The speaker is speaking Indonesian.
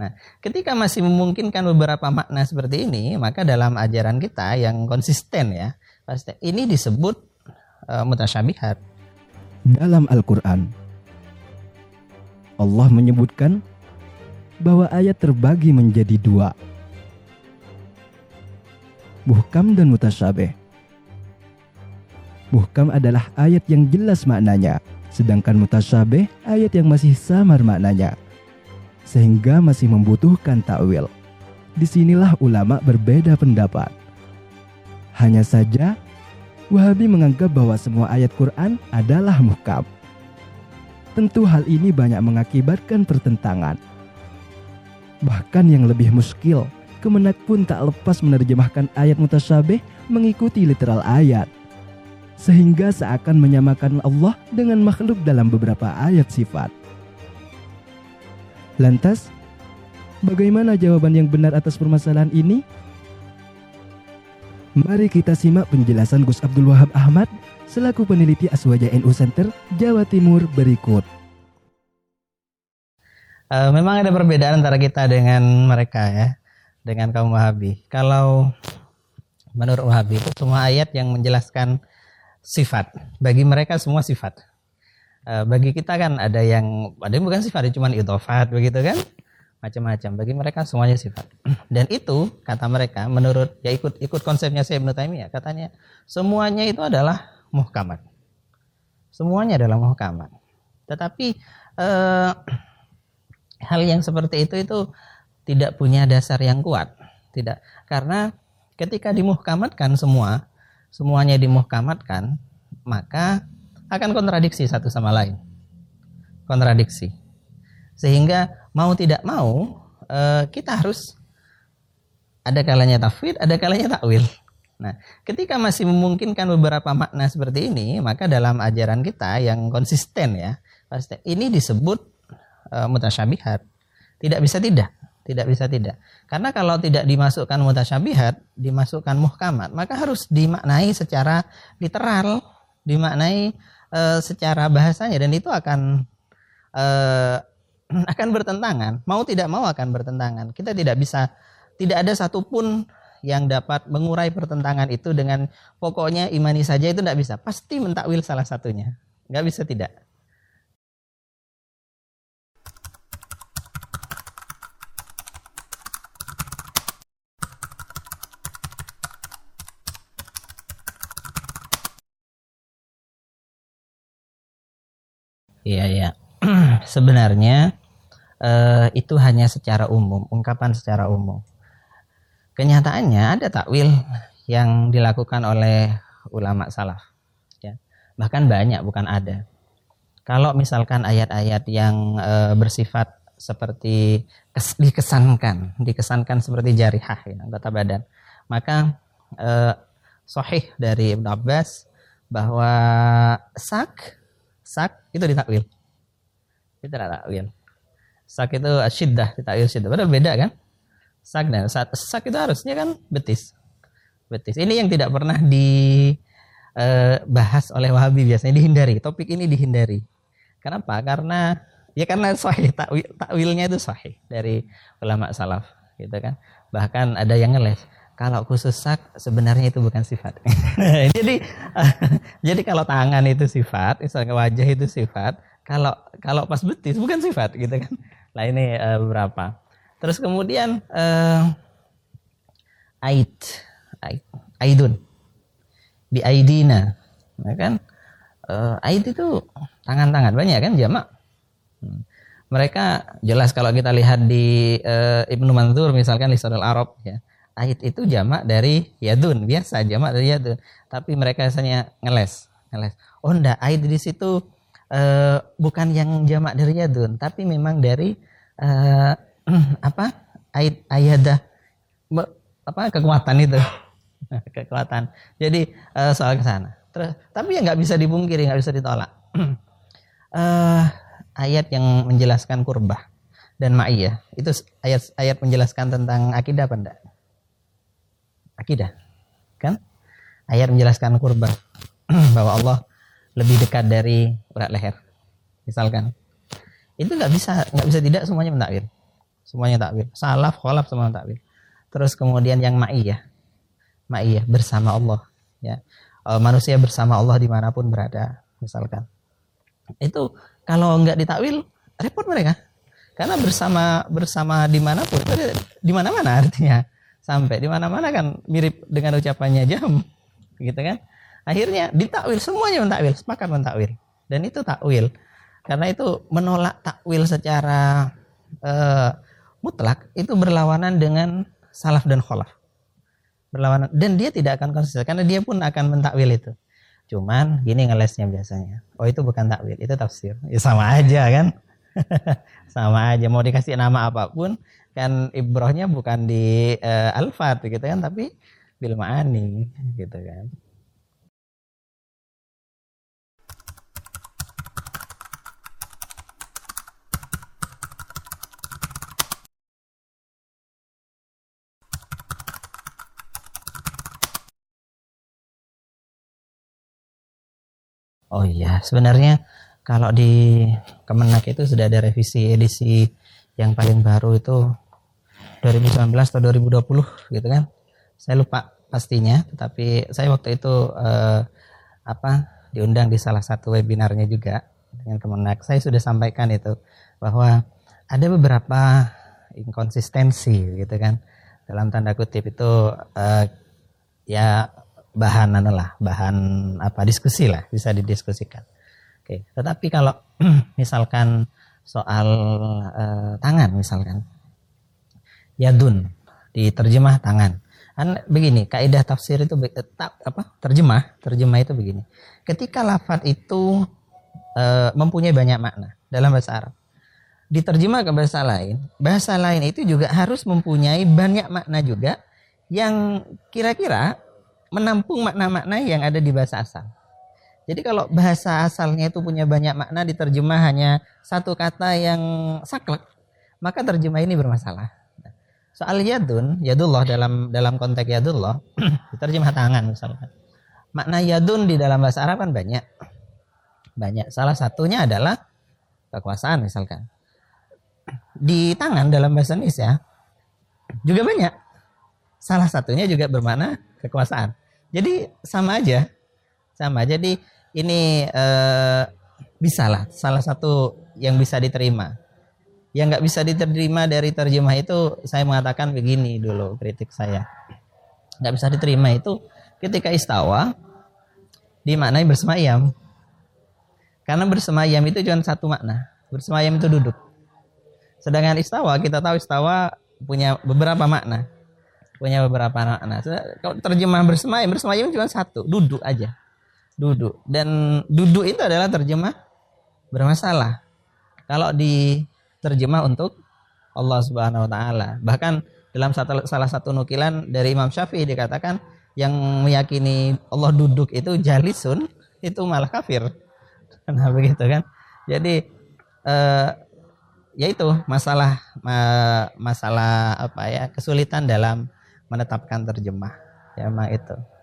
Nah, ketika masih memungkinkan beberapa makna seperti ini, maka dalam ajaran kita yang konsisten ya, ini disebut mutasyabihat. Dalam Al-Quran, Allah menyebutkan bahwa ayat terbagi menjadi dua, muhkam dan mutasyabih. Muhkam adalah ayat yang jelas maknanya, sedangkan mutasyabih ayat yang masih samar maknanya, sehingga masih membutuhkan takwil. Disinilah ulama berbeda pendapat. Hanya saja, Wahabi menganggap bahwa semua ayat Quran adalah muhkam. Tentu hal ini banyak mengakibatkan pertentangan. Bahkan yang lebih muskil, Kemenak pun tak lepas menerjemahkan ayat mutasyabih mengikuti literal ayat, sehingga seakan menyamakan Allah dengan makhluk dalam beberapa ayat sifat. Lantas, bagaimana jawaban yang benar atas permasalahan ini? Mari kita simak penjelasan Gus Abdul Wahab Ahmad selaku peneliti Aswaja NU Center, Jawa Timur berikut. Memang ada perbedaan antara kita dengan mereka ya, dengan kaum Wahabi. Kalau menurut Wahabi itu semua ayat yang menjelaskan sifat, bagi mereka semua sifat. Bagi kita kan ada yang bukan sifat, cuma idhofat begitu kan, macam-macam. Bagi mereka semuanya sifat. Dan itu kata mereka, menurut ya ikut konsepnya Syekh Ibnu Taimiyah, katanya semuanya itu adalah muhkamat. Semuanya adalah muhkamat. Tetapi hal yang seperti itu tidak punya dasar yang kuat. Tidak, karena ketika dimuhkamatkan semuanya dimuhkamatkan, maka akan kontradiksi satu sama lain. Kontradiksi. Sehingga mau tidak mau kita harus ada kalanya tafwid, ada kalanya takwil. Nah, ketika masih memungkinkan beberapa makna seperti ini, maka dalam ajaran kita yang konsisten ya, ini disebut mutasyabihat. Tidak bisa tidak. Karena kalau tidak dimasukkan mutasyabihat, dimasukkan muhkamat, maka harus dimaknai secara literal, dimaknai secara bahasanya, dan itu akan bertentangan. Mau tidak mau akan bertentangan. Kita tidak ada satupun yang dapat mengurai pertentangan itu dengan pokoknya imani saja, itu tidak bisa. Pasti mentakwil salah satunya. Nggak bisa tidak. Iya. Sebenarnya itu hanya secara umum, ungkapan secara umum. Kenyataannya ada takwil yang dilakukan oleh ulama salaf. Ya. Bahkan banyak, bukan ada. Kalau misalkan ayat-ayat yang bersifat seperti dikesankan seperti jarihah, ya, kata badan, maka sahih dari Ibnu Abbas bahwa sak itu ditakwil. Itu tidak takwil. Sak itu syiddah, ditakwil syiddah. Padahal beda kan? Sak itu harusnya kan betis. Ini yang tidak pernah dibahas oleh Wahabi, biasanya dihindari. Topik ini dihindari. Kenapa? Karena sahih, takwilnya itu sahih dari ulama salaf, gitu kan. Bahkan ada yang ngeles, kalau khusus sak sebenarnya itu bukan sifat. Jadi kalau tangan itu sifat, misalnya wajah itu sifat, kalau pas betis bukan sifat, gitu kan. Nah ini beberapa. Terus kemudian aidun bi aidina, ya kan? Aid itu tangan-tangan, banyak kan jamak. Mereka jelas kalau kita lihat di Ibnu Manzur misalkan Lisanul Arab ya. Aid itu jamak dari yadun, biasa jamak dari yadun. Tapi mereka biasanya ngeles. Oh enggak, aid di situ bukan yang jamak dari yadun, tapi memang dari ayadah, kekuatan itu. Kekuatan. Jadi soal ke sana. Tapi ya nggak bisa dipungkiri, nggak bisa ditolak. Ayat yang menjelaskan kurbah dan ma'iyah itu ayat menjelaskan tentang akidah apa enggak? Akidah, kan? Ayat menjelaskan kurbah bahwa Allah lebih dekat dari urat leher, misalkan. Itu nggak bisa tidak semuanya mentakwil. semuanya takwil. Salaf, khalaf semua takwil. Terus kemudian yang ma'iyah bersama Allah, ya. Manusia bersama Allah dimanapun berada, misalkan. Itu kalau nggak ditakwil repot mereka. Karena bersama dimanapun, di mana-mana artinya. Sampai di mana-mana kan mirip dengan ucapannya jam, gitu kan. Akhirnya ditakwil, semuanya mentakwil, sepakat mentakwil. Dan itu takwil. Karena itu menolak takwil secara mutlak itu berlawanan dengan salaf dan khalaf. Berlawanan, dan dia tidak akan konsisten karena dia pun akan mentakwil itu. Cuman gini ngelesnya biasanya. Oh, itu bukan takwil, itu tafsir. Ya sama aja kan? Sama aja, mau dikasih nama apapun kan ibrohnya bukan di alfat gitu kan, tapi bil ma'ani gitu kan. Oh iya, sebenarnya kalau di Kemenak itu sudah ada revisi edisi yang paling baru itu 2019 atau 2020 gitu kan. Saya lupa pastinya, tetapi saya waktu itu diundang di salah satu webinarnya juga dengan Kemenak. Saya sudah sampaikan itu bahwa ada beberapa inkonsistensi gitu kan. Dalam tanda kutip itu ya bahan diskusi lah, bisa didiskusikan. Oke, tetapi kalau misalkan soal tangan misalkan, yadun diterjemah tangan. Kan begini, kaidah tafsir itu terjemah itu begini. Ketika lafaz itu mempunyai banyak makna dalam bahasa Arab, diterjemah ke bahasa lain itu juga harus mempunyai banyak makna juga yang kira-kira menampung makna-makna yang ada di bahasa asal. Jadi kalau bahasa asalnya itu punya banyak makna, diterjemah hanya satu kata yang saklek, maka terjemah ini bermasalah. Soal yadullah dalam konteks yadullah, diterjemah tangan misalkan. Makna yadun di dalam bahasa Arab kan banyak. Salah satunya adalah kekuasaan misalkan. Di tangan dalam bahasa Indonesia juga banyak. Salah satunya juga bermakna kekuasaan. Jadi sama aja. Jadi ini bisalah salah satu yang bisa diterima. Yang nggak bisa diterima dari terjemah itu, saya mengatakan begini dulu kritik saya. Nggak bisa diterima itu ketika istawa dimaknai bersemayam. Karena bersemayam itu cuma satu makna. Bersemayam itu duduk. Sedangkan istawa, kita tahu istawa punya beberapa makna. Kalau terjemah bersemayam cuma satu, duduk aja. Duduk. Dan duduk itu adalah terjemah bermasalah. Kalau diterjemah untuk Allah Subhanahu wa taala. Bahkan dalam salah satu nukilan dari Imam Syafi'i dikatakan yang meyakini Allah duduk itu jalisun, itu malah kafir. Nah, begitu kan. Jadi yaitu masalah kesulitan dalam menetapkan terjemah. Ya, memang itu.